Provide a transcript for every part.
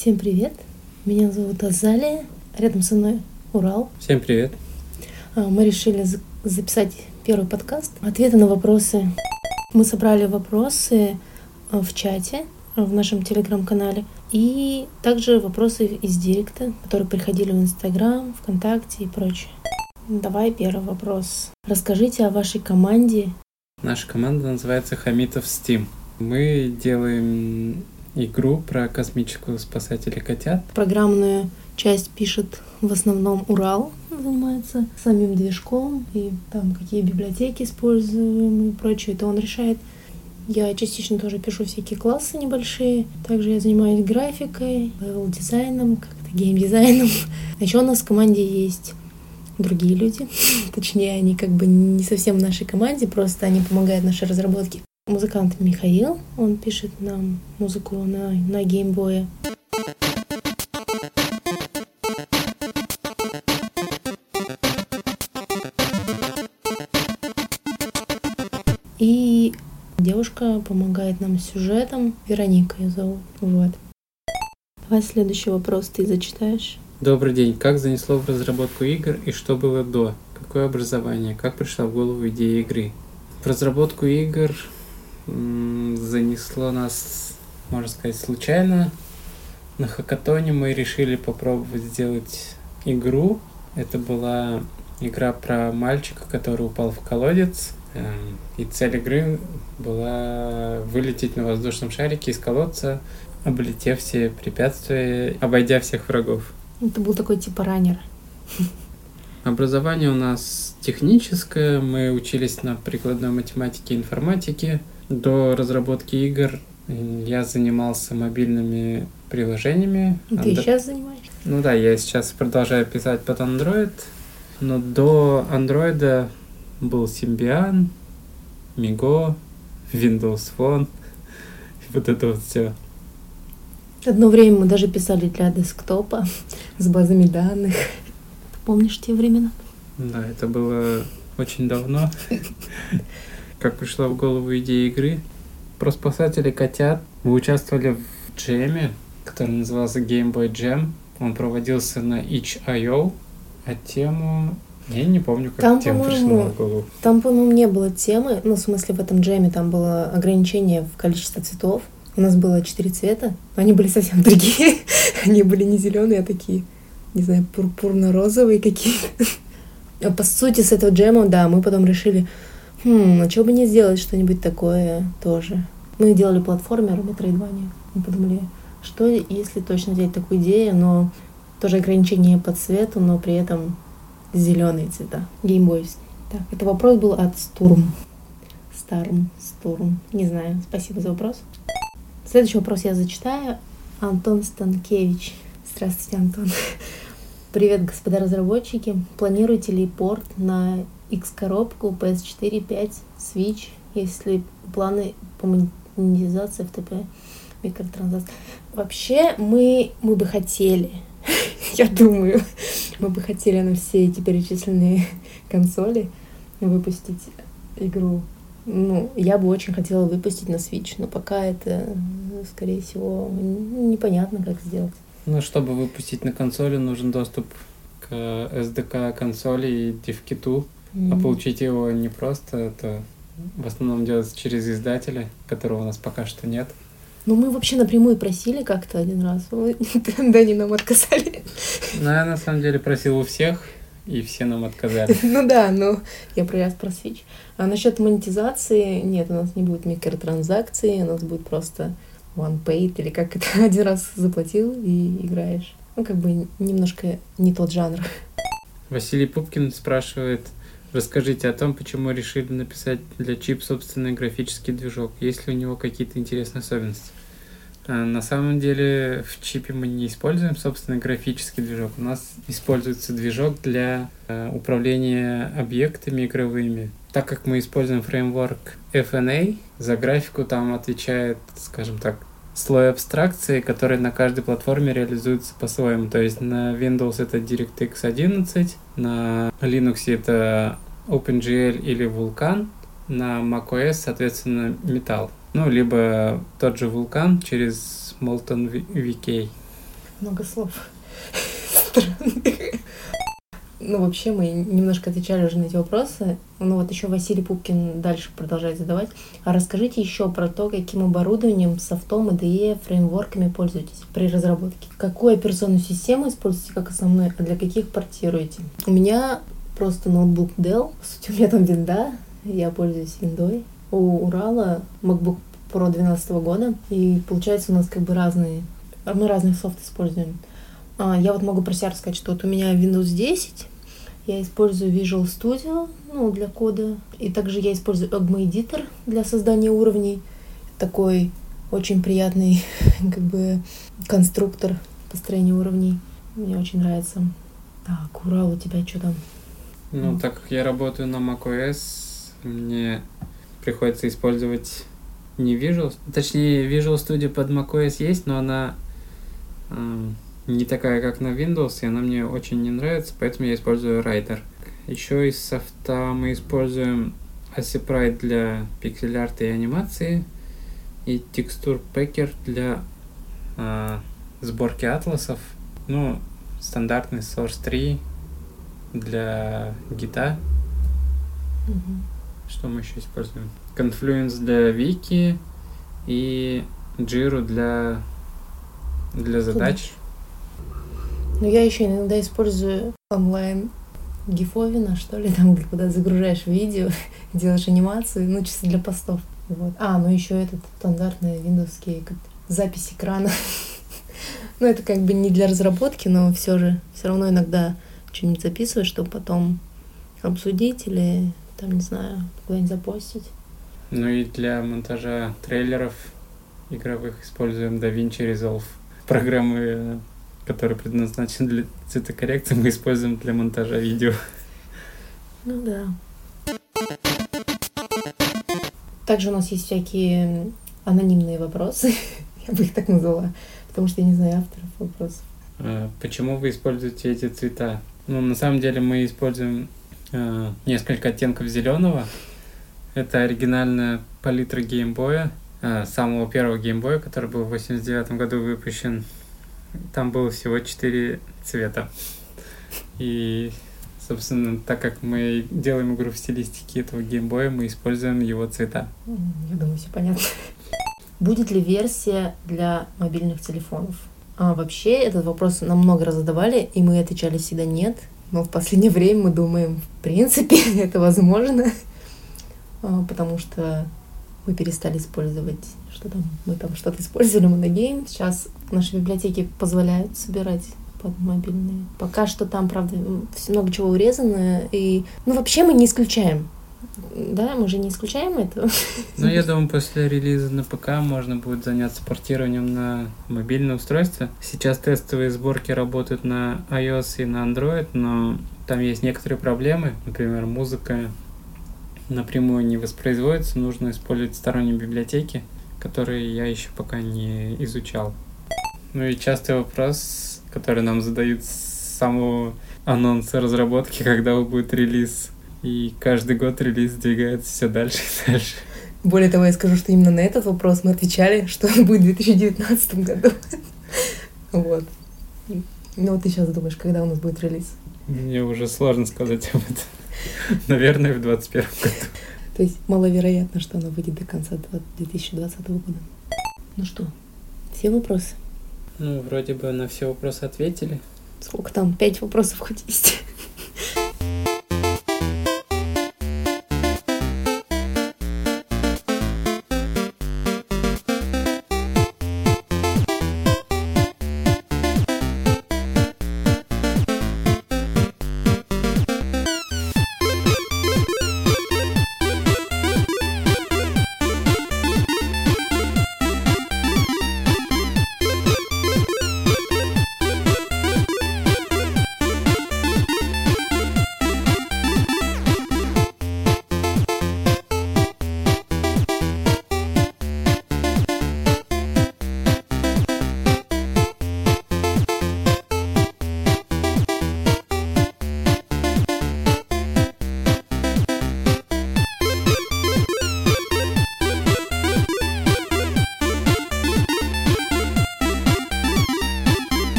Всем привет, меня зовут Азалия, рядом со мной Урал. Всем привет. Мы решили записать первый подкаст. Ответы на вопросы. Мы собрали вопросы в чате, в нашем телеграм-канале, и также вопросы из директа, которые приходили в Инстаграм, ВКонтакте и прочее. Давай первый вопрос. Расскажите о вашей команде. Наша команда называется Хамитов Steam. Мы делаем игру про космического спасателя котят. Программную часть пишет в основном Урал, занимается самим движком, и там какие библиотеки используем и прочее, это он решает. Я частично тоже пишу всякие классы небольшие. Также я занимаюсь графикой, левел-дизайном, как-то гейм-дизайном. А еще у нас в команде есть другие люди. Точнее, они как бы не совсем в нашей команде, просто они помогают нашей разработке. Музыкант Михаил, он пишет нам музыку на геймбое. И девушка помогает нам с сюжетом. Вероника ее зовут. Вот. Давай следующий вопрос ты зачитаешь. Добрый день. Как занесло в разработку игр и что было до? Какое образование? Как пришла в голову идея игры? В разработку игр занесло нас, можно сказать, случайно. На хакатоне мы решили попробовать сделать игру. Это была игра про мальчика, который упал в колодец. И цель игры была вылететь на воздушном шарике из колодца, облетев все препятствия, обойдя всех врагов. Это был такой типа раннер. Образование у нас техническое. Мы учились на прикладной математике и информатике. До разработки игр я занимался мобильными приложениями. Ты сейчас занимаешься? Ну да, я сейчас продолжаю писать под Android. Но до Android был Symbian, Migo, Windows Phone. И вот это вот все. Одно время мы даже писали для десктопа с базами данных. Помнишь те времена? Да, это было очень давно. Как пришла в голову идея игры. Про спасателей котят. Мы участвовали в джеме, который назывался Game Boy Jam. Он проводился на itch.io. А тему... Я не помню, как там, тема пришла в голову. Там, по-моему, не было темы. Ну, в смысле, в этом джеме там было ограничение в количестве цветов. У нас было 4 цвета. Они были совсем другие. Они были не зеленые, а такие, не знаю, пурпурно-розовые какие-то. По сути, с этого джема, да, мы потом решили, а чего бы не сделать что-нибудь такое тоже. Мы делали платформер Metroidvania. Мы подумали, что если точно взять такую идею, но тоже ограничение по цвету, но при этом зеленые цвета. Геймбойский. Так, это вопрос был от Sturm. Не знаю. Спасибо за вопрос. Следующий вопрос я зачитаю. Антон Станкевич. Здравствуйте, Антон. Привет, господа разработчики. Планируете ли порт на X-коробку, PS4, 5, Switch, если планы по монетизации FTP, микротранзакции? Вообще, мы бы хотели, я думаю, мы бы хотели на все эти перечисленные консоли выпустить игру. Я бы очень хотела выпустить на Switch, но пока это, скорее всего, непонятно, как сделать. Чтобы выпустить на консоли, нужен доступ к SDK консоли и DevKit. А получить его не просто, это в основном делается через издателя, которого у нас пока что нет. Мы вообще напрямую просили как-то один раз, да, они нам отказали. Я на самом деле просил у всех, и все нам отказали. Я про Switch. А насчет монетизации, нет, у нас не будет микротранзакций, у нас будет просто one paid, или как это, один раз заплатил и играешь. Немножко не тот жанр. Василий Пупкин спрашивает, расскажите о том, почему решили написать для чип собственный графический движок, есть ли у него какие-то интересные особенности. На самом деле в чипе мы не используем собственный графический движок, у нас используется движок для управления объектами игровыми. Так как мы используем фреймворк FNA, за графику там отвечает, скажем так, слой абстракции, который на каждой платформе реализуется по-своему. То есть на Windows это DirectX 11, на Linux это OpenGL или Vulkan, на macOS, соответственно, Metal. Либо тот же Vulkan через Molten VK. Много слов. Странных. Ну, вообще, мы немножко отвечали уже на эти вопросы. Ну, вот еще Василий Пупкин дальше продолжает задавать. А расскажите еще про то, каким оборудованием, софтом, IDE, фреймворками пользуетесь при разработке. Какую операционную систему используете как основную, а для каких портируете? У меня просто ноутбук Dell. По сути, у меня там винда. Я пользуюсь виндой. У Урала MacBook Pro 2012 года. И получается у нас как бы разные... Мы разных софт используем. Я вот могу про себя рассказать, что вот у меня Windows 10. Я использую Visual Studio, для кода. И также я использую Ogma Editor для создания уровней. Такой очень приятный как бы конструктор построения уровней. Мне очень нравится. Так, Урал, у тебя что там? Так как я работаю на macOS, мне приходится использовать не Visual... Точнее, Visual Studio под macOS есть, но она не такая, как на Windows, и она мне очень не нравится, поэтому я использую Rider. Еще из софта мы используем Asseprite для пиксель-арта и анимации, и Texture Packer для сборки атласов. Стандартный Source 3 для гита. Что мы еще используем? Confluence для вики и Jira для задач. Я еще иногда использую онлайн гифовина, что ли, там, куда загружаешь видео, делаешь анимацию, чисто для постов. Вот. Еще этот стандартный виндовский запись экрана. Это как бы не для разработки, но все равно иногда что-нибудь записываю, чтобы потом обсудить или, не знаю, куда-нибудь запостить. И для монтажа трейлеров игровых используем DaVinci Resolve. Программы, которые предназначены для цветокоррекции, мы используем для монтажа видео. Да. Также у нас есть всякие анонимные вопросы, я бы их так назвала, потому что я не знаю авторов вопросов. Почему вы используете эти цвета? На самом деле мы используем несколько оттенков зеленого. Это оригинальная палитра геймбоя, самого первого геймбоя, который был в 1989 году выпущен. Там было всего 4 цвета. И, собственно, так как мы делаем игру в стилистике этого геймбоя, мы используем его цвета. Я думаю, все понятно. Будет ли версия для мобильных телефонов? Вообще, этот вопрос нам много раз задавали, и мы отвечали всегда нет. Но в последнее время мы думаем, в принципе, это возможно. Потому что мы перестали использовать, мы там что-то использовали, моногейм. Сейчас наши библиотеки позволяют собирать под мобильные. Пока что там, правда, много чего урезано. И, вообще мы не исключаем. Да, мы же не исключаем этого. Я думаю, после релиза на ПК можно будет заняться портированием на мобильное устройство. Сейчас тестовые сборки работают на iOS и на Android, но там есть некоторые проблемы. Например, музыка напрямую не воспроизводится, нужно использовать сторонние библиотеки, которые я еще пока не изучал. И частый вопрос, который нам задают с самого анонса разработки, когда будет релиз. И каждый год релиз двигается все дальше и дальше. Более того, я скажу, что именно на этот вопрос мы отвечали, что он будет в 2019 году. Вот. Ты сейчас думаешь, когда у нас будет релиз? Мне уже сложно сказать об этом. Наверное, в 2021 году. То есть маловероятно, что оно выйдет до конца 2020 года. Что, все вопросы? Вроде бы на все вопросы ответили. Сколько там? 5 вопросов хоть есть?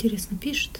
интересно пишет.